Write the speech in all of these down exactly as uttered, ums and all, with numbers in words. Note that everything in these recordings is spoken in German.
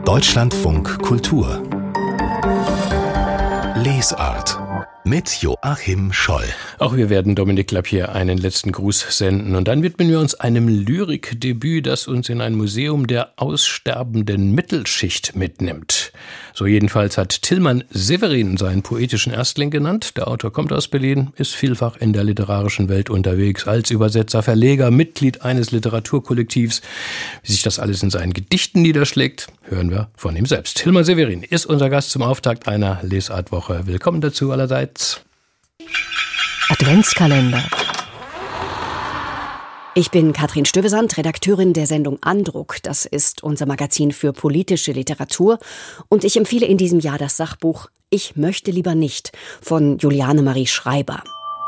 Deutschlandfunk Kultur Lesart mit Joachim Scholl. Auch wir werden Dominique Lapierre einen letzten Gruß senden. Und dann widmen wir uns einem Lyrikdebüt, das uns in ein Museum der aussterbenden Mittelschicht mitnimmt. So jedenfalls hat Tilman Severin seinen poetischen Erstling genannt. Der Autor kommt aus Berlin, ist vielfach in der literarischen Welt unterwegs, als Übersetzer, Verleger, Mitglied eines Literaturkollektivs. Wie sich das alles in seinen Gedichten niederschlägt, hören wir von ihm selbst. Tilman Severin ist unser Gast zum Auftakt einer Lesartwoche. Willkommen dazu allerseits. Adventskalender. Ich bin Katrin Stövesand, Redakteurin der Sendung Andruck. Das ist unser Magazin für politische Literatur. Und ich empfehle in diesem Jahr das Sachbuch Ich möchte lieber nicht von Juliane Marie Schreiber.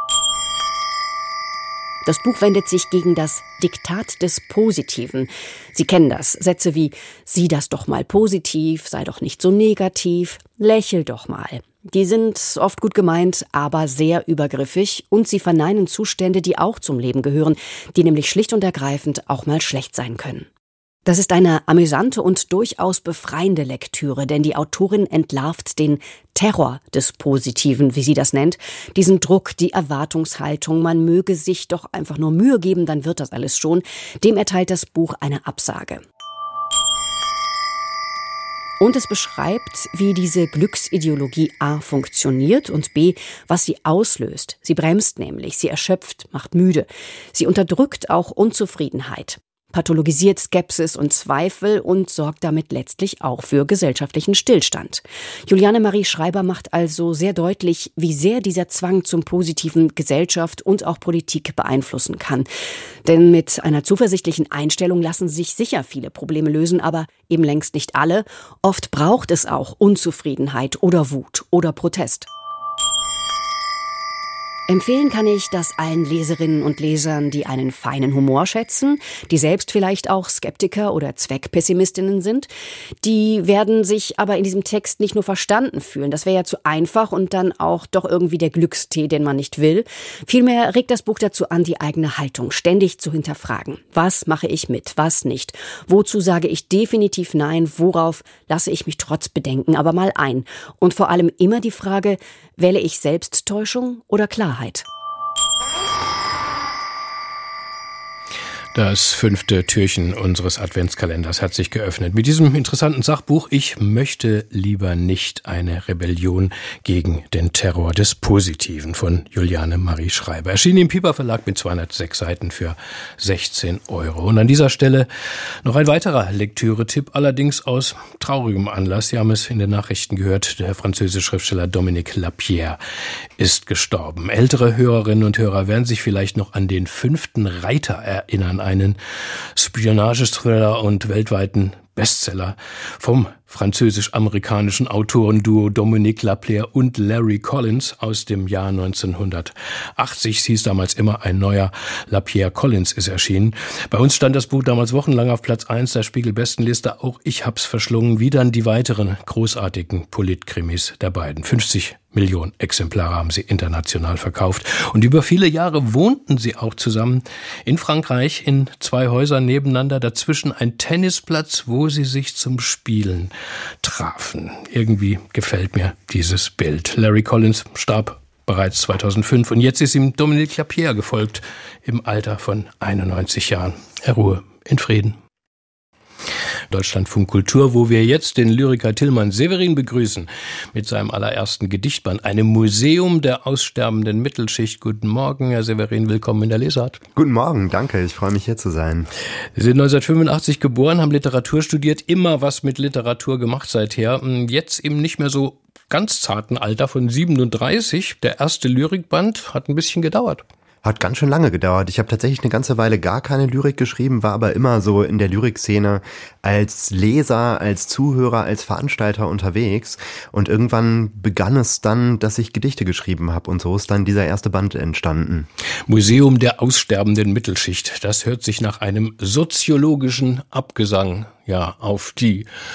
Das Buch wendet sich gegen das Diktat des Positiven. Sie kennen das. Sätze wie, sieh das doch mal positiv, sei doch nicht so negativ, lächel doch mal. Die sind oft gut gemeint, aber sehr übergriffig und sie verneinen Zustände, die auch zum Leben gehören, die nämlich schlicht und ergreifend auch mal schlecht sein können. Das ist eine amüsante und durchaus befreiende Lektüre, denn die Autorin entlarvt den Terror des Positiven, wie sie das nennt, diesen Druck, die Erwartungshaltung, man möge sich doch einfach nur Mühe geben, dann wird das alles schon, dem erteilt das Buch eine Absage. Und es beschreibt, wie diese Glücksideologie A funktioniert und B, was sie auslöst. Sie bremst nämlich, sie erschöpft, macht müde. Sie unterdrückt auch Unzufriedenheit, pathologisiert Skepsis und Zweifel und sorgt damit letztlich auch für gesellschaftlichen Stillstand. Juliane Marie Schreiber macht also sehr deutlich, wie sehr dieser Zwang zum Positiven Gesellschaft und auch Politik beeinflussen kann. Denn mit einer zuversichtlichen Einstellung lassen sich sicher viele Probleme lösen, aber eben längst nicht alle. Oft braucht es auch Unzufriedenheit oder Wut oder Protest. Empfehlen kann ich das allen Leserinnen und Lesern, die einen feinen Humor schätzen, die selbst vielleicht auch Skeptiker oder Zweckpessimistinnen sind. Die werden sich aber in diesem Text nicht nur verstanden fühlen. Das wäre ja zu einfach und dann auch doch irgendwie der Glückstee, den man nicht will. Vielmehr regt das Buch dazu an, die eigene Haltung ständig zu hinterfragen. Was mache ich mit, was nicht? Wozu sage ich definitiv nein? Worauf lasse ich mich trotz Bedenken aber mal ein? Und vor allem immer die Frage, wähle ich Selbsttäuschung oder Klarheit? Das fünfte Türchen unseres Adventskalenders hat sich geöffnet. Mit diesem interessanten Sachbuch Ich möchte lieber nicht, eine Rebellion gegen den Terror des Positiven von Juliane Marie Schreiber. Erschien im Piper Verlag mit zweihundertsechs Seiten für sechzehn Euro. Und an dieser Stelle noch ein weiterer Lektüre-Tipp, allerdings aus traurigem Anlass. Sie haben es in den Nachrichten gehört, der französische Schriftsteller Dominique Lapierre ist gestorben. Ältere Hörerinnen und Hörer werden sich vielleicht noch an den fünften Reiter erinnern, einen Spionage-Thriller und weltweiten Bestseller vom französisch-amerikanischen Autorenduo Dominique Lapierre und Larry Collins aus dem Jahr neunzehnhundertachtzig. Es hieß damals immer, ein neuer Lapierre Collins ist erschienen. Bei uns stand das Buch damals wochenlang auf Platz eins der Spiegel-Bestenliste. Auch ich hab's verschlungen, wie dann die weiteren großartigen Politkrimis der beiden. fünfzig Millionen Exemplare haben sie international verkauft. Und über viele Jahre wohnten sie auch zusammen in Frankreich in zwei Häusern nebeneinander. Dazwischen ein Tennisplatz, wo sie sich zum Spielen trafen. Irgendwie gefällt mir dieses Bild. Larry Collins starb bereits zweitausendfünf und jetzt ist ihm Dominique Lapierre gefolgt im Alter von einundneunzig Jahren. Er ruhe in Frieden. Deutschlandfunk Kultur, wo wir jetzt den Lyriker Tilman Severin begrüßen mit seinem allerersten Gedichtband, einem Museum der aussterbenden Mittelschicht. Guten Morgen, Herr Severin, willkommen in der Lesart. Guten Morgen, danke, ich freue mich hier zu sein. Sie sind neunzehnhundertfünfundachtzig geboren, haben Literatur studiert, immer was mit Literatur gemacht seither. Jetzt im nicht mehr so ganz zarten Alter von siebenunddreißig. Der erste Lyrikband hat ein bisschen gedauert. Hat ganz schön lange gedauert. Ich habe tatsächlich eine ganze Weile gar keine Lyrik geschrieben, war aber immer so in der Lyrikszene als Leser, als Zuhörer, als Veranstalter unterwegs. Und irgendwann begann es dann, dass ich Gedichte geschrieben habe. Und so ist dann dieser erste Band entstanden. Museum der aussterbenden Mittelschicht. Das hört sich nach einem soziologischen Abgesang ja auf die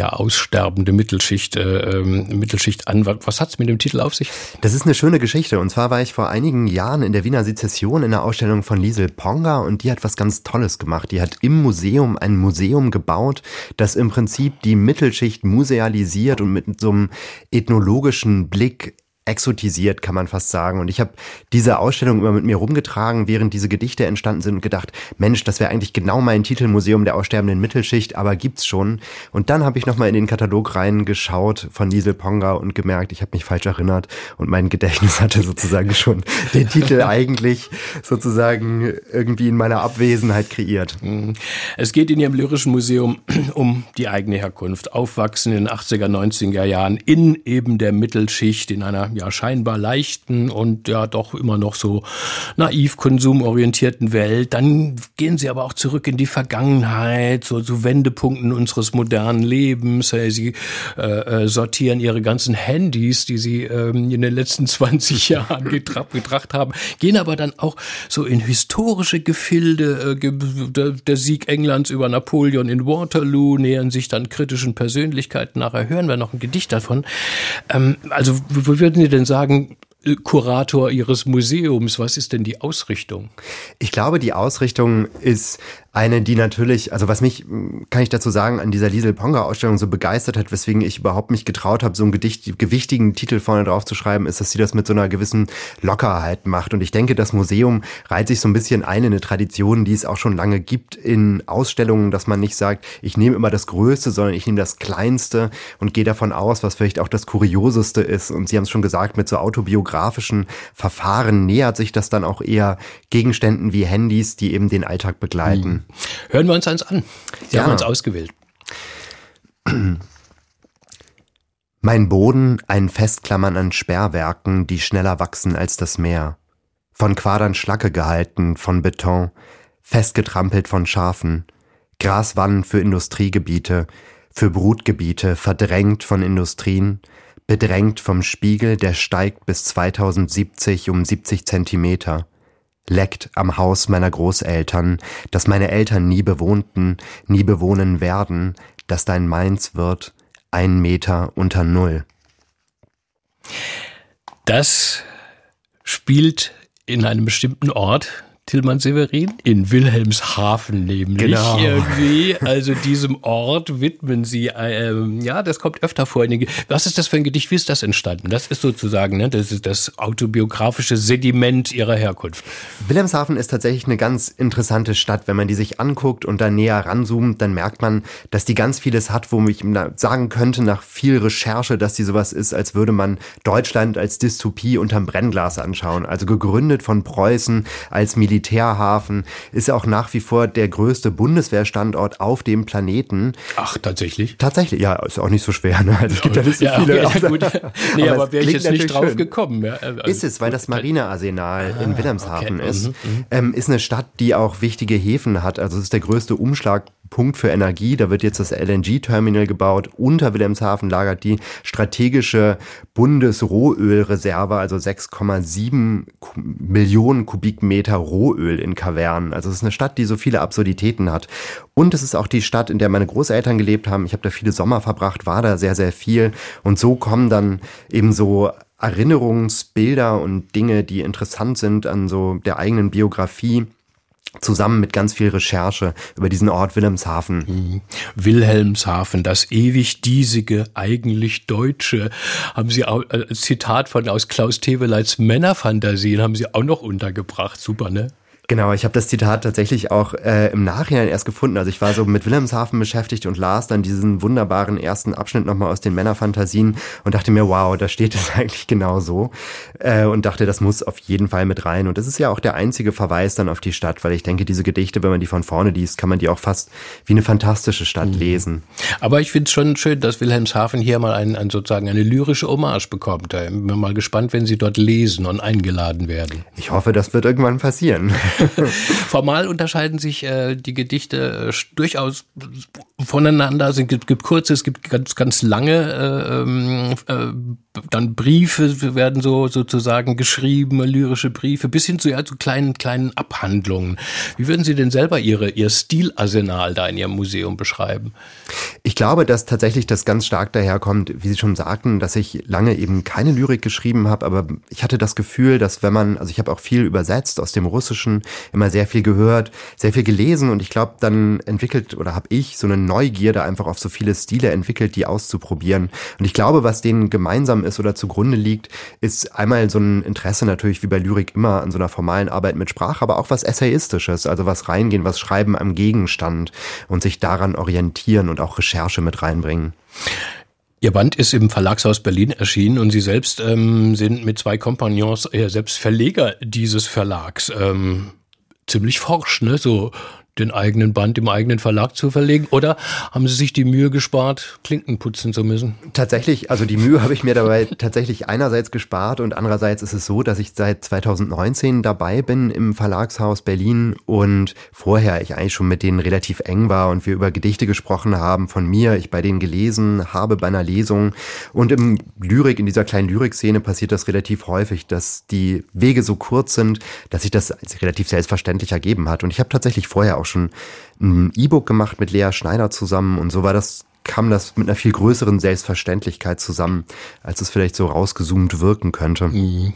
ja aussterbende Mittelschicht, äh, Mittelschicht an. Was hat's mit dem Titel auf sich? Das ist eine schöne Geschichte. Und zwar war ich vor einigen Jahren in der Wiener Sezession in der Ausstellung von Liesel Ponga und die hat was ganz Tolles gemacht. Die hat im Museum ein Museum gebaut, das im Prinzip die Mittelschicht musealisiert und mit so einem ethnologischen Blick exotisiert, kann man fast sagen. Und ich habe diese Ausstellung immer mit mir rumgetragen, während diese Gedichte entstanden sind und gedacht, Mensch, das wäre eigentlich genau mein Titel, Museum der aussterbenden Mittelschicht, aber gibt's schon. Und dann habe ich nochmal in den Katalog reingeschaut von Liesel Ponga und gemerkt, ich habe mich falsch erinnert und mein Gedächtnis hatte sozusagen schon den Titel eigentlich sozusagen irgendwie in meiner Abwesenheit kreiert. Es geht in Ihrem lyrischen Museum um die eigene Herkunft. Aufwachsen in den achtziger, neunziger Jahren in eben der Mittelschicht, in einer ja scheinbar leichten und ja doch immer noch so naiv konsumorientierten Welt. Dann gehen sie aber auch zurück in die Vergangenheit, so zu Wendepunkten unseres modernen Lebens. Sie äh, sortieren ihre ganzen Handys, die sie ähm, in den letzten zwanzig Jahren getracht, getracht haben, gehen aber dann auch so in historische Gefilde, äh, der, der Sieg Englands über Napoleon in Waterloo, nähern sich dann kritischen Persönlichkeiten. Nachher hören wir noch ein Gedicht davon. Ähm, also wo würden Sie denn sagen, Kurator Ihres Museums, was ist denn die Ausrichtung? Ich glaube, die Ausrichtung ist eine, die natürlich, also was mich, kann ich dazu sagen, an dieser Liesel Ponga Ausstellung so begeistert hat, weswegen ich überhaupt mich getraut habe, so einen Gedicht, gewichtigen Titel vorne drauf zu schreiben, ist, dass sie das mit so einer gewissen Lockerheit macht. Und ich denke, das Museum reiht sich so ein bisschen ein in eine Tradition, die es auch schon lange gibt in Ausstellungen, dass man nicht sagt, ich nehme immer das Größte, sondern ich nehme das Kleinste und gehe davon aus, was vielleicht auch das Kurioseste ist. Und Sie haben es schon gesagt, mit so autobiografischen Verfahren nähert sich das dann auch eher Gegenständen wie Handys, die eben den Alltag begleiten. Hören wir uns eins an. Sie ja. haben uns ausgewählt. Mein Boden, ein Festklammern an Sperrwerken, die schneller wachsen als das Meer. Von Quadern Schlacke gehalten, von Beton, festgetrampelt von Schafen. Graswannen für Industriegebiete, für Brutgebiete, verdrängt von Industrien, bedrängt vom Spiegel, der steigt bis zweitausendsiebzig um siebzig Zentimeter. Leckt am Haus meiner Großeltern, das meine Eltern nie bewohnten, nie bewohnen werden, das dein Mainz wird, ein Meter unter Null. Das spielt in einem bestimmten Ort, Tilman Severin, in Wilhelmshaven nämlich. Genau. Irgendwie, also diesem Ort widmen Sie, ähm, ja, das kommt öfter vor. In den, was ist das für ein Gedicht? Wie ist das entstanden? Das ist sozusagen, ne, das ist das autobiografische Sediment Ihrer Herkunft. Wilhelmshaven ist tatsächlich eine ganz interessante Stadt. Wenn man die sich anguckt und da näher ranzoomt, dann merkt man, dass die ganz vieles hat, wo ich sagen könnte, nach viel Recherche, dass die sowas ist, als würde man Deutschland als Dystopie unterm Brennglas anschauen. Also gegründet von Preußen als Militär. Militärhafen, ist auch nach wie vor der größte Bundeswehrstandort auf dem Planeten. Ach, tatsächlich? Tatsächlich, ja, ist auch nicht so schwer. Ne? Also es gibt ja nicht so ja, viele. Okay, ja, gut. Nee, aber, aber wäre ich jetzt nicht drauf schön. gekommen. Ja, also ist es, weil das Marinearsenal ah, in Wilhelmshaven okay. ist. Mhm, ähm, ist eine Stadt, die auch wichtige Häfen hat. Also es ist der größte Umschlagpunkt für Energie. Da wird jetzt das L N G-Terminal gebaut. Unter Wilhelmshaven lagert die strategische Bundesrohölreserve, also sechs Komma sieben Millionen Kubikmeter Rohöl in Kavernen. Also es ist eine Stadt, die so viele Absurditäten hat. Und es ist auch die Stadt, in der meine Großeltern gelebt haben. Ich habe da viele Sommer verbracht, war da sehr, sehr viel. Und so kommen dann eben so Erinnerungsbilder und Dinge, die interessant sind an so der eigenen Biografie, zusammen mit ganz viel Recherche über diesen Ort Wilhelmshaven. Mhm. Wilhelmshaven, das ewig diesige, eigentlich Deutsche. Haben Sie auch ein äh, Zitat von aus Klaus Teweleits Männerfantasien haben Sie auch noch untergebracht. Super, ne? Genau, ich habe das Zitat tatsächlich auch äh, im Nachhinein erst gefunden. Also ich war so mit Wilhelmshaven beschäftigt und las dann diesen wunderbaren ersten Abschnitt nochmal aus den Männerfantasien und dachte mir, wow, da steht es eigentlich genau so. Äh, und dachte, das muss auf jeden Fall mit rein. Und das ist ja auch der einzige Verweis dann auf die Stadt, weil ich denke, diese Gedichte, wenn man die von vorne liest, kann man die auch fast wie eine fantastische Stadt mhm. lesen. Aber ich finde es schon schön, dass Wilhelmshaven hier mal ein, ein, sozusagen eine lyrische Hommage bekommt. Da bin mal gespannt, wenn Sie dort lesen und eingeladen werden. Ich hoffe, das wird irgendwann passieren. Formal unterscheiden sich äh, die Gedichte äh, durchaus voneinander. Es gibt, gibt kurze, es gibt ganz, ganz lange, äh, äh, dann Briefe werden so sozusagen geschrieben, lyrische Briefe, bis hin zu, ja, zu kleinen, kleinen Abhandlungen. Wie würden Sie denn selber Ihre, Ihr Stilarsenal da in Ihrem Museum beschreiben? Ich glaube, dass tatsächlich das ganz stark daherkommt, wie Sie schon sagten, dass ich lange eben keine Lyrik geschrieben habe, aber ich hatte das Gefühl, dass wenn man, also ich habe auch viel übersetzt aus dem Russischen, immer sehr viel gehört, sehr viel gelesen und ich glaube, dann entwickelt oder habe ich so eine Neugierde einfach auf so viele Stile entwickelt, die auszuprobieren. Und ich glaube, was denen gemeinsam ist oder zugrunde liegt, ist einmal so ein Interesse natürlich wie bei Lyrik immer an so einer formalen Arbeit mit Sprache, aber auch was Essayistisches, also was reingehen, was schreiben am Gegenstand und sich daran orientieren und auch Recherche mit reinbringen. Ihr Band ist im Verlagshaus Berlin erschienen und Sie selbst ähm, sind mit zwei Kompagnons äh, selbst Verleger dieses Verlags. Ähm, ziemlich forsch, ne? So den eigenen Band im eigenen Verlag zu verlegen? Oder haben Sie sich die Mühe gespart, Klinken putzen zu müssen? Tatsächlich, also die Mühe habe ich mir dabei tatsächlich einerseits gespart und andererseits ist es so, dass ich seit zweitausendneunzehn dabei bin im Verlagshaus Berlin und vorher ich eigentlich schon mit denen relativ eng war und wir über Gedichte gesprochen haben von mir, ich bei denen gelesen habe bei einer Lesung und im Lyrik, in dieser kleinen Lyrikszene passiert das relativ häufig, dass die Wege so kurz sind, dass sich das relativ selbstverständlich ergeben hat und ich habe tatsächlich vorher auch schon ein E-Book gemacht mit Lea Schneider zusammen und so war das, kam das mit einer viel größeren Selbstverständlichkeit zusammen, als es vielleicht so rausgezoomt wirken könnte. Mhm.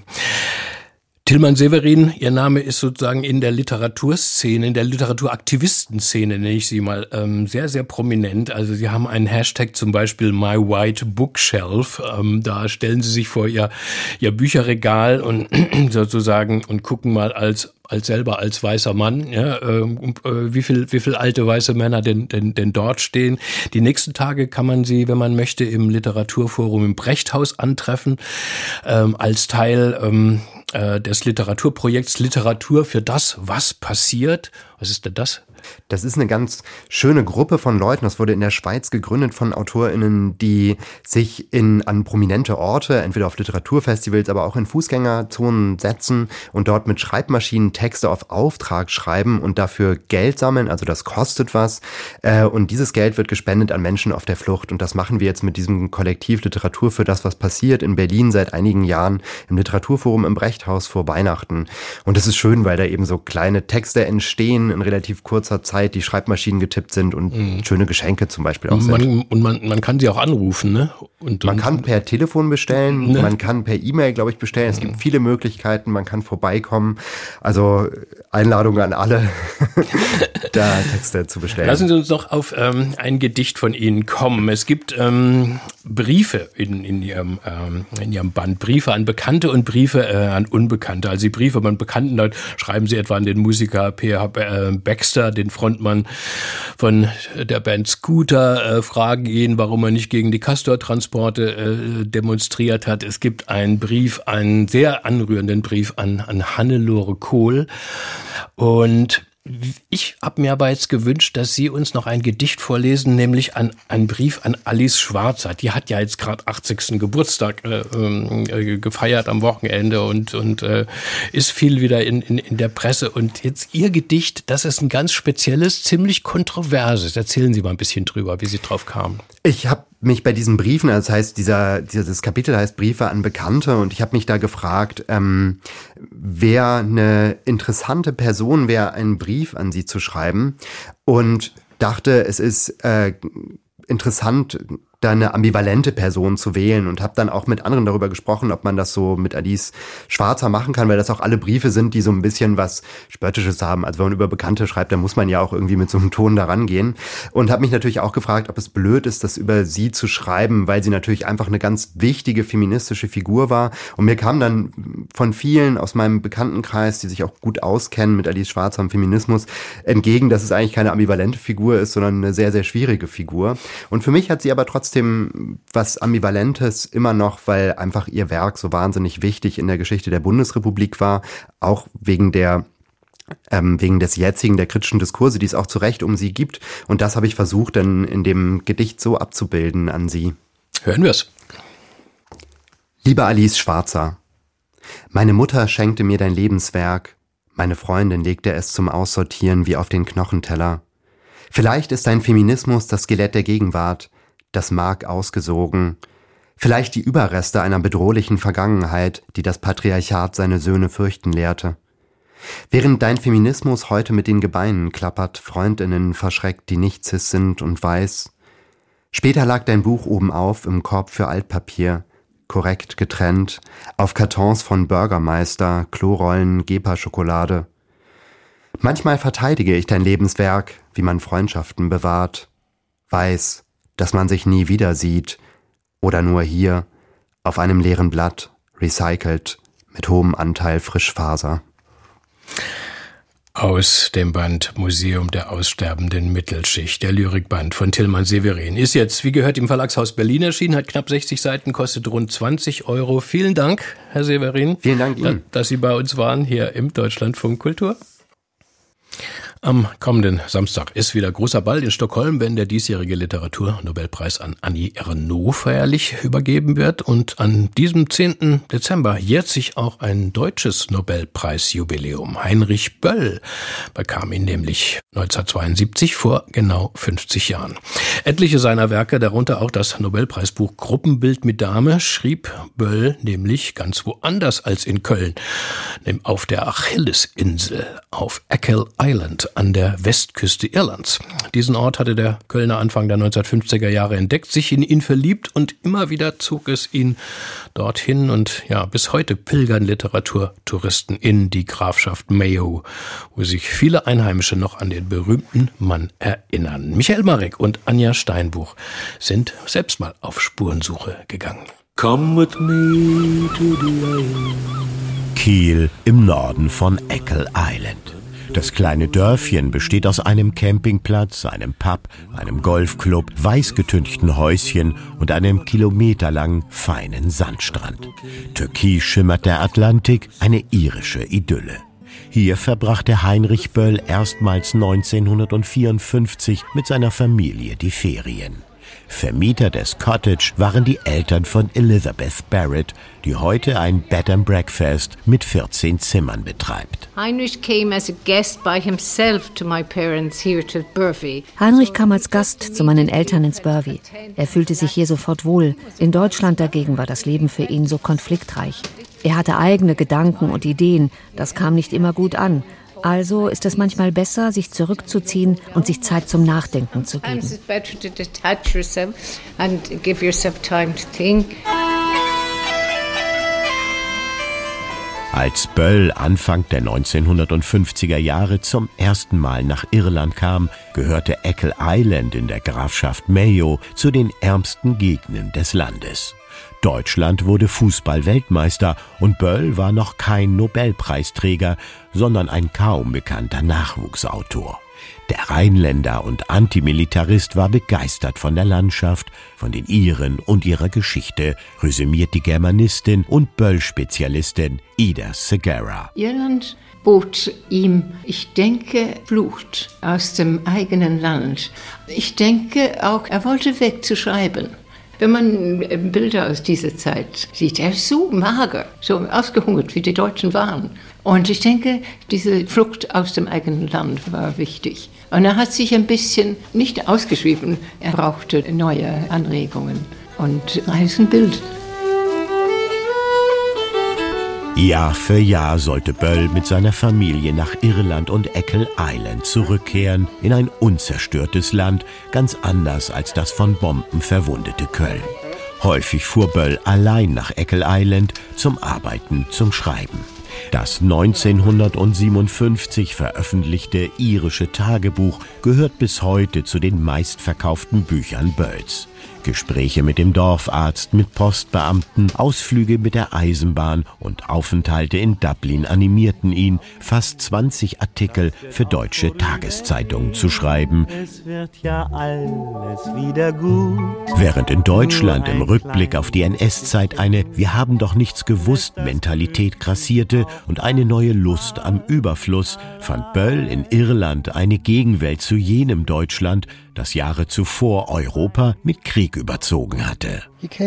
Tilman Severin, Ihr Name ist sozusagen in der Literaturszene, in der Literaturaktivistenszene, nenne ich Sie mal, ähm, sehr, sehr prominent. Also Sie haben einen Hashtag, zum Beispiel My White Bookshelf. Ähm, da stellen Sie sich vor Ihr, Ihr Bücherregal und sozusagen und gucken mal als als selber als weißer Mann, ja, äh, wie viel wie viel alte weiße Männer denn denn denn dort stehen. Die nächsten Tage kann man sie, wenn man möchte, im Literaturforum im Brechthaus antreffen, ähm, als Teil ähm, äh, des Literaturprojekts Literatur für das, was passiert. Was ist denn das? Das ist eine ganz schöne Gruppe von Leuten. Das wurde in der Schweiz gegründet von AutorInnen, die sich in an prominente Orte, entweder auf Literaturfestivals, aber auch in Fußgängerzonen setzen und dort mit Schreibmaschinen Texte auf Auftrag schreiben und dafür Geld sammeln. Also das kostet was. Und dieses Geld wird gespendet an Menschen auf der Flucht. Und das machen wir jetzt mit diesem Kollektiv Literatur für das, was passiert in Berlin seit einigen Jahren im Literaturforum im Brechthaus vor Weihnachten. Und das ist schön, weil da eben so kleine Texte entstehen in relativ kurzer Zeit, die Schreibmaschinen getippt sind und mhm. schöne Geschenke zum Beispiel auch man, sind. Und man, man kann sie auch anrufen, ne? Und, man und, kann per Telefon bestellen, ne? Man kann per E-Mail, glaube ich, bestellen. Es mhm. gibt viele Möglichkeiten, man kann vorbeikommen. Also Einladung an alle, da Texte zu bestellen. Lassen Sie uns noch auf ähm, ein Gedicht von Ihnen kommen. Es gibt ähm, Briefe in, in, Ihrem, ähm, in Ihrem Band, Briefe an Bekannte und Briefe äh, an Unbekannte. Also die Briefe an Bekannten, dort schreiben Sie etwa an den Musiker P H Baxter, den Frontmann von der Band Scooter, äh, fragen ihn, warum er nicht gegen die Castor-Transporte äh, demonstriert hat. Es gibt einen Brief, einen sehr anrührenden Brief an, an Hannelore Kohl. Und ich habe mir aber jetzt gewünscht, dass Sie uns noch ein Gedicht vorlesen, nämlich an einen Brief an Alice Schwarzer. Die hat ja jetzt gerade achtzigsten Geburtstag äh, äh, gefeiert am Wochenende und und äh, ist viel wieder in, in in der Presse. Und jetzt Ihr Gedicht, das ist ein ganz spezielles, ziemlich kontroverses. Erzählen Sie mal ein bisschen drüber, wie Sie drauf kamen. Ich habe mich bei diesen Briefen, also das heißt, dieser, dieses Kapitel heißt Briefe an Bekannte und ich habe mich da gefragt, ähm, wer eine interessante Person wäre, einen Brief an sie zu schreiben und dachte, es ist äh, interessant, da eine ambivalente Person zu wählen und habe dann auch mit anderen darüber gesprochen, ob man das so mit Alice Schwarzer machen kann, weil das auch alle Briefe sind, die so ein bisschen was Spöttisches haben. Also wenn man über Bekannte schreibt, dann muss man ja auch irgendwie mit so einem Ton da rangehen. Und habe mich natürlich auch gefragt, ob es blöd ist, das über sie zu schreiben, weil sie natürlich einfach eine ganz wichtige feministische Figur war. Und mir kam dann von vielen aus meinem Bekanntenkreis, die sich auch gut auskennen mit Alice Schwarzer im Feminismus, entgegen, dass es eigentlich keine ambivalente Figur ist, sondern eine sehr, sehr schwierige Figur. Und für mich hat sie aber trotzdem was Ambivalentes immer noch, weil einfach ihr Werk so wahnsinnig wichtig in der Geschichte der Bundesrepublik war, auch wegen der ähm, wegen des jetzigen, der kritischen Diskurse, die es auch zu Recht um sie gibt. Und das habe ich versucht, dann in dem Gedicht so abzubilden an sie. Hören wir's. Liebe Alice Schwarzer, meine Mutter schenkte mir dein Lebenswerk, meine Freundin legte es zum Aussortieren wie auf den Knochenteller. Vielleicht ist dein Feminismus das Skelett der Gegenwart, das Mark ausgesogen, vielleicht die Überreste einer bedrohlichen Vergangenheit, die das Patriarchat seine Söhne fürchten lehrte. Während dein Feminismus heute mit den Gebeinen klappert, Freundinnen verschreckt, die nicht cis sind und weiß, Später lag dein Buch obenauf im Korb für Altpapier, korrekt getrennt, auf Kartons von Bürgermeister, Klorollen, Gepa-Schokolade. Manchmal verteidige ich dein Lebenswerk, wie man Freundschaften bewahrt, weiß, dass man sich nie wieder sieht oder nur hier, auf einem leeren Blatt, recycelt, mit hohem Anteil Frischfaser. Aus dem Band Museum der aussterbenden Mittelschicht, der Lyrikband von Tilman Severin. Ist jetzt, wie gehört, im Verlagshaus Berlin erschienen, hat knapp sechzig Seiten, kostet rund zwanzig Euro. Vielen Dank, Herr Severin. Vielen Dank Ihnen. Dass Sie bei uns waren, hier im Deutschlandfunk Kultur. Am kommenden Samstag ist wieder großer Ball in Stockholm, wenn der diesjährige Literaturnobelpreis an Annie Ernaux feierlich übergeben wird. Und an diesem zehnten Dezember jährt sich auch ein deutsches Nobelpreisjubiläum. Heinrich Böll bekam ihn nämlich neunzehnhundertzweiundsiebzig, vor genau fünfzig Jahren. Etliche seiner Werke, darunter auch das Nobelpreisbuch Gruppenbild mit Dame, schrieb Böll nämlich ganz woanders als in Köln, auf der Achillesinsel, auf Achill Island an der Westküste Irlands. Diesen Ort hatte der Kölner Anfang der neunzehnhundertfünfziger Jahre entdeckt, sich in ihn verliebt und immer wieder zog es ihn dorthin. Und ja, bis heute pilgern Literaturtouristen in die Grafschaft Mayo, wo sich viele Einheimische noch an den berühmten Mann erinnern. Michael Marek und Anja Steinbuch sind selbst mal auf Spurensuche gegangen. Come with me to the island. Kiel im Norden von Achill Island. Das kleine Dörfchen besteht aus einem Campingplatz, einem Pub, einem Golfclub, weißgetünchten Häuschen und einem kilometerlangen, feinen Sandstrand. Türkis schimmert der Atlantik, eine irische Idylle. Hier verbrachte Heinrich Böll erstmals neunzehnhundertvierundfünfzig mit seiner Familie die Ferien. Vermieter des Cottage waren die Eltern von Elizabeth Barrett, die heute ein Bed and Breakfast mit vierzehn Zimmern betreibt. Heinrich came as a guest by himself to my parents here to Burvey. Heinrich kam als Gast zu meinen Eltern ins Burvey. Er fühlte sich hier sofort wohl. In Deutschland dagegen war das Leben für ihn so konfliktreich. Er hatte eigene Gedanken und Ideen. Das kam nicht immer gut an. Also ist es manchmal besser, sich zurückzuziehen und sich Zeit zum Nachdenken zu geben. Als Böll Anfang der neunzehnhundertfünfziger Jahre zum ersten Mal nach Irland kam, gehörte Achill Island in der Grafschaft Mayo zu den ärmsten Gegenden des Landes. Deutschland wurde Fußball-Weltmeister und Böll war noch kein Nobelpreisträger, sondern ein kaum bekannter Nachwuchsautor. Der Rheinländer und Antimilitarist war begeistert von der Landschaft, von den Iren und ihrer Geschichte, resümiert die Germanistin und Böll-Spezialistin Ida Segarra. Irland bot ihm, ich denke, Flucht aus dem eigenen Land. Ich denke auch, er wollte weg zu schreiben. Wenn man Bilder aus dieser Zeit sieht, er ist so mager, so ausgehungert, wie die Deutschen waren. Und ich denke, diese Flucht aus dem eigenen Land war wichtig. Und er hat sich ein bisschen nicht ausgeschrieben, er brauchte neue Anregungen. Und er ist ein Bild. Jahr für Jahr sollte Böll mit seiner Familie nach Irland und Achill Island zurückkehren, in ein unzerstörtes Land, ganz anders als das von Bomben verwundete Köln. Häufig fuhr Böll allein nach Achill Island zum Arbeiten, zum Schreiben. Das neunzehnhundertsiebenundfünfzig veröffentlichte irische Tagebuch gehört bis heute zu den meistverkauften Büchern Bölls. Gespräche mit dem Dorfarzt, mit Postbeamten, Ausflüge mit der Eisenbahn und Aufenthalte in Dublin animierten ihn, fast zwanzig Artikel für deutsche Tageszeitungen zu schreiben. Es wird ja alles wieder gut. Während in Deutschland im Rückblick auf die N S-Zeit eine „Wir haben doch nichts gewusst" Mentalität grassierte und eine neue Lust am Überfluss, fand Böll in Irland eine Gegenwelt zu jenem Deutschland, das Jahre zuvor Europa mit Krieg überzogen hatte.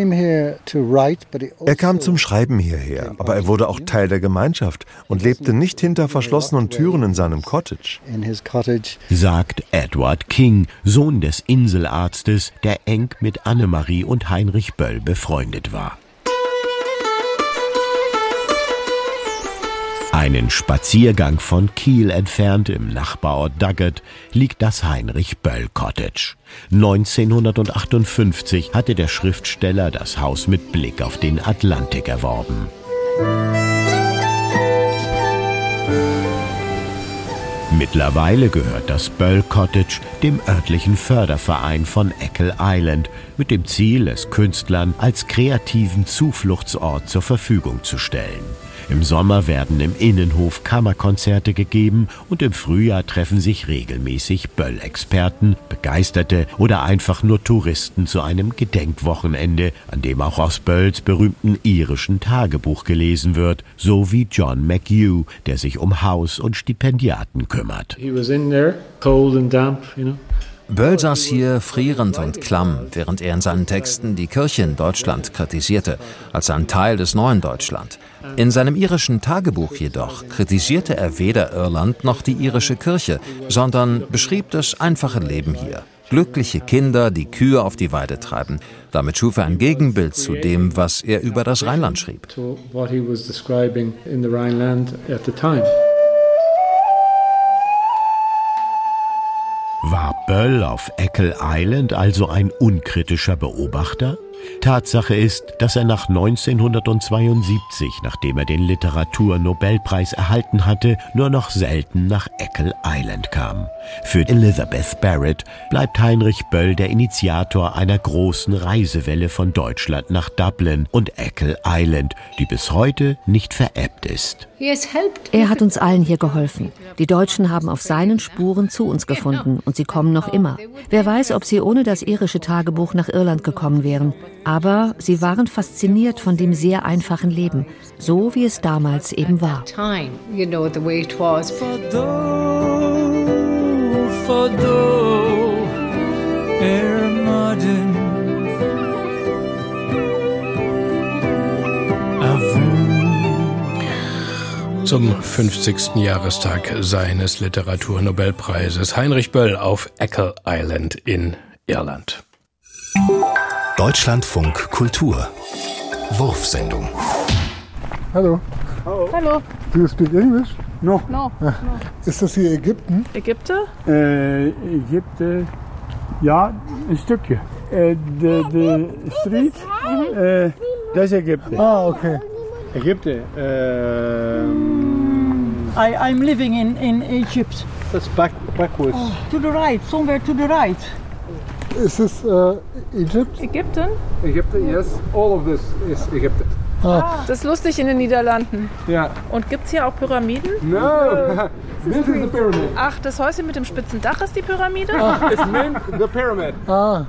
Er kam zum Schreiben hierher, aber er wurde auch Teil der Gemeinschaft und lebte nicht hinter verschlossenen Türen in seinem Cottage, sagt Edward King, Sohn des Inselarztes, der eng mit Annemarie und Heinrich Böll befreundet war. Einen Spaziergang von Kiel entfernt im Nachbarort Dugget liegt das Heinrich-Böll-Cottage. neunzehnhundertachtundfünfzig hatte der Schriftsteller das Haus mit Blick auf den Atlantik erworben. Mittlerweile gehört das Böll Cottage dem örtlichen Förderverein von Eckl Island mit dem Ziel, es Künstlern als kreativen Zufluchtsort zur Verfügung zu stellen. Im Sommer werden im Innenhof Kammerkonzerte gegeben und im Frühjahr treffen sich regelmäßig Böll-Experten, Begeisterte oder einfach nur Touristen zu einem Gedenkwochenende, an dem auch aus Bölls berühmten irischen Tagebuch gelesen wird, so wie John McHugh, der sich um Haus und Stipendiaten kümmert. He was in there, cold and damp, you know. Böll saß hier frierend und klamm, während er in seinen Texten die Kirche in Deutschland kritisierte, als ein Teil des neuen Deutschland. In seinem irischen Tagebuch jedoch kritisierte er weder Irland noch die irische Kirche, sondern beschrieb das einfache Leben hier. Glückliche Kinder, die Kühe auf die Weide treiben. Damit schuf er ein Gegenbild zu dem, was er über das Rheinland schrieb. War Böll auf Eckl Island also ein unkritischer Beobachter? Tatsache ist, dass er nach neunzehnhundertzweiundsiebzig, nachdem er den Literaturnobelpreis erhalten hatte, nur noch selten nach Eckl Island kam. Für Elizabeth Barrett bleibt Heinrich Böll der Initiator einer großen Reisewelle von Deutschland nach Dublin und Eckl Island, die bis heute nicht verebbt ist. Er hat uns allen hier geholfen. Die Deutschen haben auf seinen Spuren zu uns gefunden und sie kommen noch immer. Wer weiß, ob sie ohne das irische Tagebuch nach Irland gekommen wären. Aber sie waren fasziniert von dem sehr einfachen Leben, so wie es damals eben war. Zum fünfzigsten Jahrestag seines Literaturnobelpreises Heinrich Böll auf Eckl Island in Irland. Deutschlandfunk Kultur. Wurfsendung. Hallo. Hallo. Do you speak English? No. No. no. Ist das hier Ägypten? Ägypten? Äh, Ägypten, ja, ein Stückchen. Äh, de, de Street, mhm. äh, das ist Ägypten. Ah, okay. Ägypten, ähm... I, I'm living in, in Egypt. That's back, backwards. Oh, to the right, somewhere to the right. Ist es äh, Egypt? Ägypten? Ägypten, yes. All of this is Ägypten. Ah. Das ist lustig in den Niederlanden. Ja. Und gibt es hier auch Pyramiden? No, this is the pyramid. Ach, das Häuschen mit dem spitzen Dach ist die Pyramide? Ah. It's named the pyramid. Ah.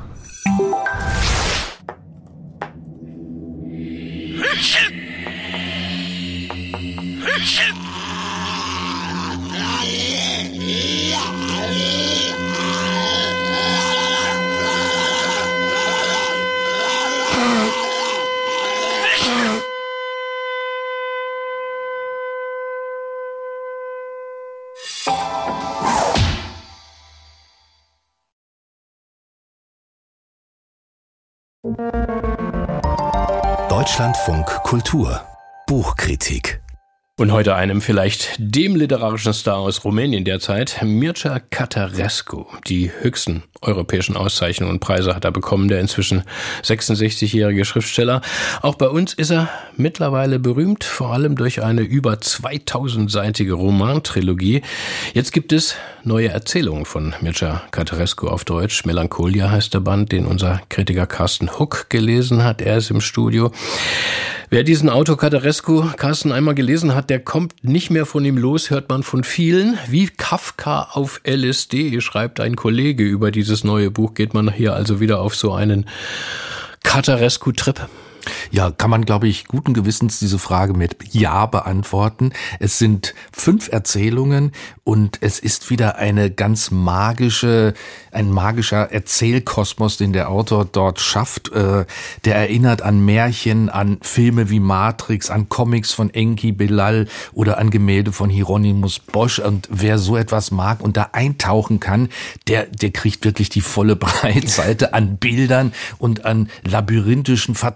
Deutschlandfunk Kultur. Buchkritik. Und heute einem vielleicht dem literarischen Star aus Rumänien derzeit, Mircea Cătărescu. Die höchsten europäischen Auszeichnungen und Preise hat er bekommen, der inzwischen sechsundsechzigjährige Schriftsteller. Auch bei uns ist er mittlerweile berühmt, vor allem durch eine über zweitausendseitige Romantrilogie. Jetzt gibt es neue Erzählungen von Mircea Cătărescu auf Deutsch. Melancholia heißt der Band, den unser Kritiker Carsten Huck gelesen hat. Er ist im Studio. Wer diesen Autor Cătărescu, Carsten, einmal gelesen hat, der kommt nicht mehr von ihm los, hört man von vielen. Wie Kafka auf L S D, schreibt ein Kollege über dieses neue Buch. Geht man hier also wieder auf so einen Cătărescu-Trip? Ja, kann man, glaube ich, guten Gewissens diese Frage mit Ja beantworten. Es sind fünf Erzählungen und es ist wieder eine ganz magische, ein magischer Erzählkosmos, den der Autor dort schafft. Der erinnert an Märchen, an Filme wie Matrix, an Comics von Enki Bilal oder an Gemälde von Hieronymus Bosch. Und wer so etwas mag und da eintauchen kann, der, der kriegt wirklich die volle Breitseite an Bildern und an labyrinthischen Verzweigungen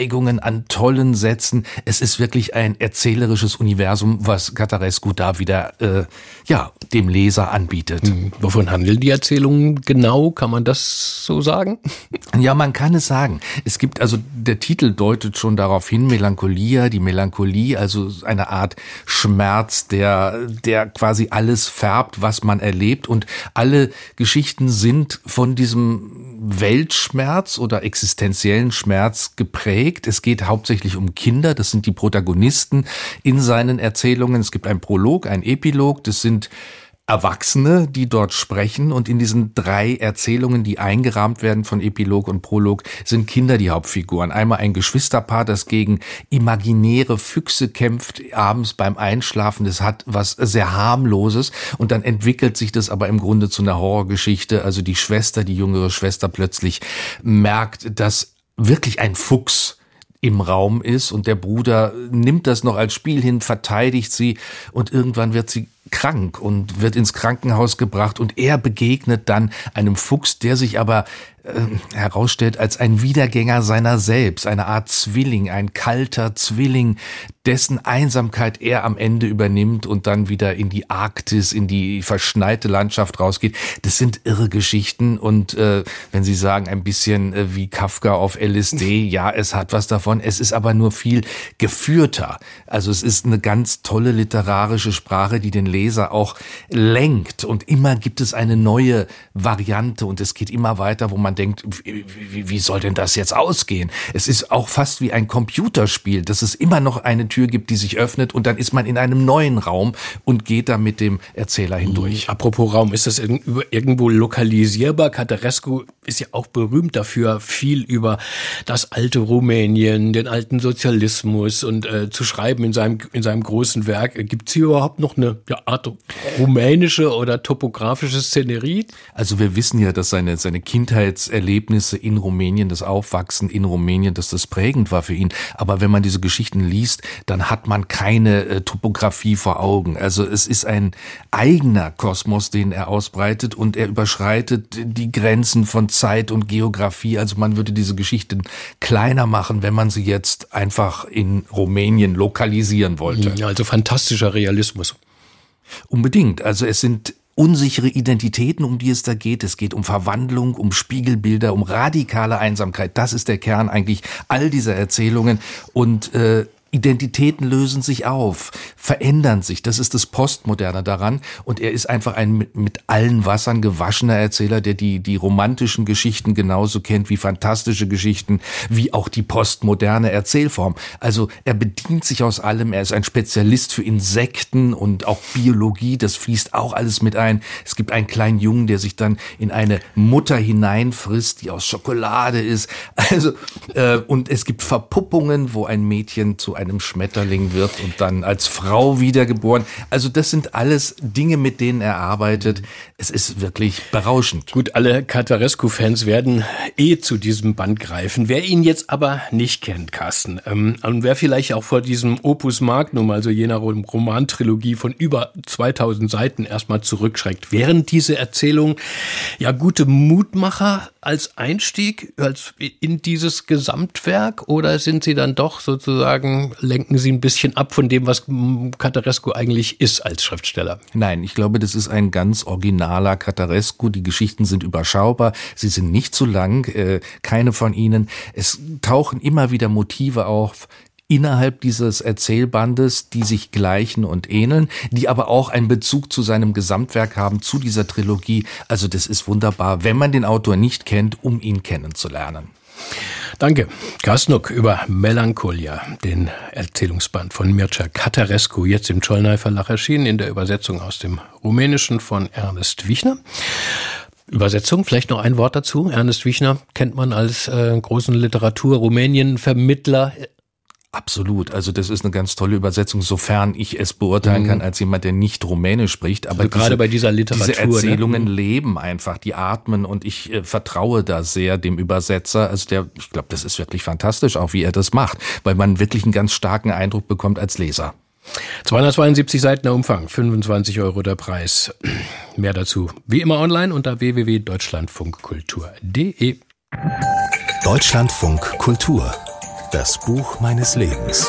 Überzeugungen, an tollen Sätzen. Es ist wirklich ein erzählerisches Universum, was Catarescu da wieder äh, ja dem Leser anbietet. Hm. Wovon handeln die Erzählungen genau? Kann man das so sagen? Ja, man kann es sagen. Es gibt also, der Titel deutet schon darauf hin, Melancholia, die Melancholie, also eine Art Schmerz, der, der quasi alles färbt, was man erlebt, und alle Geschichten sind von diesem Weltschmerz oder existenziellen Schmerz geprägt. Es geht hauptsächlich um Kinder, das sind die Protagonisten in seinen Erzählungen. Es gibt einen Prolog, einen Epilog, das sind Erwachsene, die dort sprechen, und in diesen drei Erzählungen, die eingerahmt werden von Epilog und Prolog, sind Kinder die Hauptfiguren. Einmal ein Geschwisterpaar, das gegen imaginäre Füchse kämpft, abends beim Einschlafen. Das hat was sehr harmloses, und dann entwickelt sich das aber im Grunde zu einer Horrorgeschichte. Also die Schwester, die jüngere Schwester, plötzlich merkt, dass wirklich ein Fuchs im Raum ist, und der Bruder nimmt das noch als Spiel hin, verteidigt sie, und irgendwann wird sie krank und wird ins Krankenhaus gebracht, und er begegnet dann einem Fuchs, der sich aber äh, herausstellt als ein Wiedergänger seiner selbst, eine Art Zwilling, ein kalter Zwilling, dessen Einsamkeit er am Ende übernimmt und dann wieder in die Arktis, in die verschneite Landschaft rausgeht. Das sind irre Geschichten, und äh, wenn Sie sagen, ein bisschen äh, wie Kafka auf L S D, ja, es hat was davon, es ist aber nur viel geführter. Also es ist eine ganz tolle literarische Sprache, die den Leser auch lenkt, und immer gibt es eine neue Variante, und es geht immer weiter, wo man denkt, wie, wie, wie soll denn das jetzt ausgehen? Es ist auch fast wie ein Computerspiel, dass es immer noch eine Tür gibt, die sich öffnet, und dann ist man in einem neuen Raum und geht da mit dem Erzähler hindurch. Apropos Raum, ist das irgendwo lokalisierbar? Catarescu ist ja auch berühmt dafür, viel über das alte Rumänien, den alten Sozialismus und äh, zu schreiben in seinem, in seinem großen Werk. Gibt es hier überhaupt noch eine ja, Art rumänische oder topografische Szenerie? Also wir wissen ja, dass seine, seine Kindheitserlebnisse in Rumänien, das Aufwachsen in Rumänien, dass das prägend war für ihn. Aber wenn man diese Geschichten liest, dann hat man keine äh, Topografie vor Augen. Also es ist ein eigener Kosmos, den er ausbreitet, und er überschreitet die Grenzen von Zeit und Geografie. Also man würde diese Geschichten kleiner machen, wenn man sie jetzt einfach in Rumänien lokalisieren wollte. Ja, also fantastischer Realismus. Unbedingt. Also es sind unsichere Identitäten, um die es da geht. Es geht um Verwandlung, um Spiegelbilder, um radikale Einsamkeit. Das ist der Kern eigentlich all dieser Erzählungen. Und äh, Identitäten lösen sich auf, verändern sich. Das ist das Postmoderne daran. Und er ist einfach ein mit, mit allen Wassern gewaschener Erzähler, der die, die romantischen Geschichten genauso kennt wie fantastische Geschichten, wie auch die postmoderne Erzählform. Also er bedient sich aus allem. Er ist ein Spezialist für Insekten und auch Biologie. Das fließt auch alles mit ein. Es gibt einen kleinen Jungen, der sich dann in eine Mutter hineinfrisst, die aus Schokolade ist. Also äh, und es gibt Verpuppungen, wo ein Mädchen zu einem Schmetterling wird und dann als Frau wiedergeboren. Also das sind alles Dinge, mit denen er arbeitet. Es ist wirklich berauschend. Gut, alle Catarescu-Fans werden eh zu diesem Band greifen. Wer ihn jetzt aber nicht kennt, Carsten, ähm, und wer vielleicht auch vor diesem Opus Magnum, also jener Romantrilogie von über zweitausend Seiten erstmal zurückschreckt, wären diese Erzählungen ja gute Mutmacher als Einstieg als in dieses Gesamtwerk, oder sind sie dann doch sozusagen, lenken sie ein bisschen ab von dem, was Catarescu eigentlich ist als Schriftsteller? Nein, ich glaube, das ist ein ganz originaler Catarescu. Die Geschichten sind überschaubar, sie sind nicht zu lang, äh, keine von ihnen. Es tauchen immer wieder Motive auf innerhalb dieses Erzählbandes, die sich gleichen und ähneln, die aber auch einen Bezug zu seinem Gesamtwerk haben, zu dieser Trilogie. Also das ist wunderbar, wenn man den Autor nicht kennt, um ihn kennenzulernen. Danke. Carsten Nuck über Melancholia, den Erzählungsband von Mircea Catarescu, jetzt im Csolnay Verlag erschienen, in der Übersetzung aus dem Rumänischen von Ernest Wichner. Übersetzung, vielleicht noch ein Wort dazu. Ernest Wichner kennt man als äh, großen Literatur-Rumänien-Vermittler. Absolut, also das ist eine ganz tolle Übersetzung, sofern ich es beurteilen mhm. kann als jemand, der nicht Rumänisch spricht. Aber also diese, gerade bei dieser Literatur, diese Erzählungen ne? leben einfach, die atmen, und ich äh, vertraue da sehr dem Übersetzer. Also der, ich glaube, das ist wirklich fantastisch, auch wie er das macht, weil man wirklich einen ganz starken Eindruck bekommt als Leser. zweihundertzweiundsiebzig Seiten der Umfang, fünfundzwanzig Euro der Preis. Mehr dazu wie immer online unter w w w punkt deutschlandfunkkultur punkt d e. Deutschlandfunk Kultur. Das Buch meines Lebens.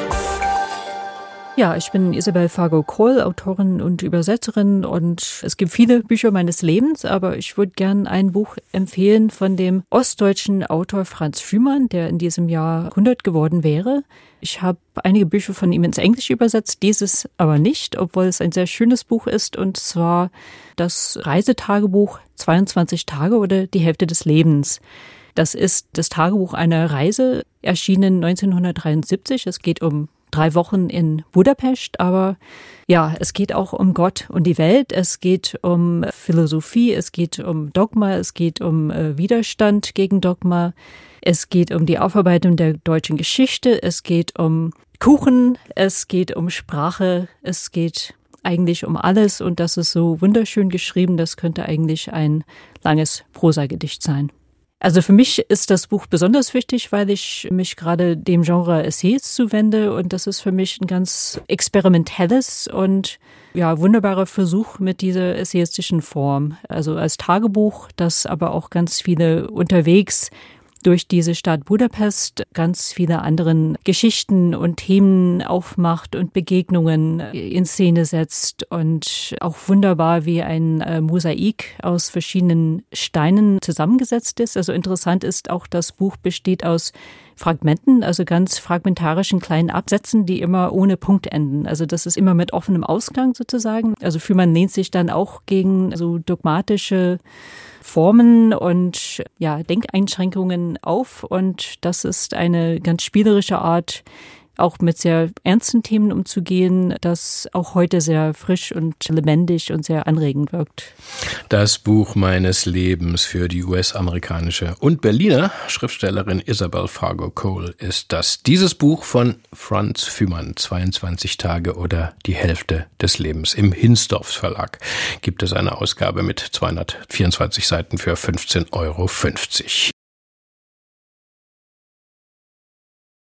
Ja, ich bin Isabel Fargo-Cole, Autorin und Übersetzerin, und es gibt viele Bücher meines Lebens, aber ich würde gerne ein Buch empfehlen von dem ostdeutschen Autor Franz Fühmann, der in diesem Jahr hundert geworden wäre. Ich habe einige Bücher von ihm ins Englische übersetzt, dieses aber nicht, obwohl es ein sehr schönes Buch ist, und zwar das Reisetagebuch zweiundzwanzig Tage oder die Hälfte des Lebens. Das ist das Tagebuch einer Reise, erschienen neunzehnhundertdreiundsiebzig. Es geht um drei Wochen in Budapest, aber ja, es geht auch um Gott und die Welt, es geht um Philosophie, es geht um Dogma, es geht um äh, Widerstand gegen Dogma, es geht um die Aufarbeitung der deutschen Geschichte, es geht um Kuchen, es geht um Sprache, es geht eigentlich um alles, und das ist so wunderschön geschrieben, das könnte eigentlich ein langes Prosagedicht sein. Also für mich ist das Buch besonders wichtig, weil ich mich gerade dem Genre Essays zuwende, und das ist für mich ein ganz experimentelles und ja wunderbarer Versuch mit dieser essayistischen Form. Also als Tagebuch, das aber auch ganz viele unterwegs durch diese Stadt Budapest ganz viele anderen Geschichten und Themen aufmacht und Begegnungen in Szene setzt, und auch wunderbar wie ein äh, Mosaik aus verschiedenen Steinen zusammengesetzt ist. Also interessant ist auch, das Buch besteht aus Fragmenten, also ganz fragmentarischen kleinen Absätzen, die immer ohne Punkt enden. Also das ist immer mit offenem Ausgang sozusagen. Also Fühmann lehnt sich dann auch gegen so dogmatische Formen und ja, Denkeinschränkungen auf, und das ist eine ganz spielerische Art, auch mit sehr ernsten Themen umzugehen, das auch heute sehr frisch und lebendig und sehr anregend wirkt. Das Buch meines Lebens für die U S-amerikanische und Berliner Schriftstellerin Isabel Fargo-Cole ist das. Dieses Buch von Franz Fühmann, zweiundzwanzig Tage oder die Hälfte des Lebens. Im Hinsdorf Verlag gibt es eine Ausgabe mit zweihundertvierundzwanzig Seiten für fünfzehn Euro fünfzig.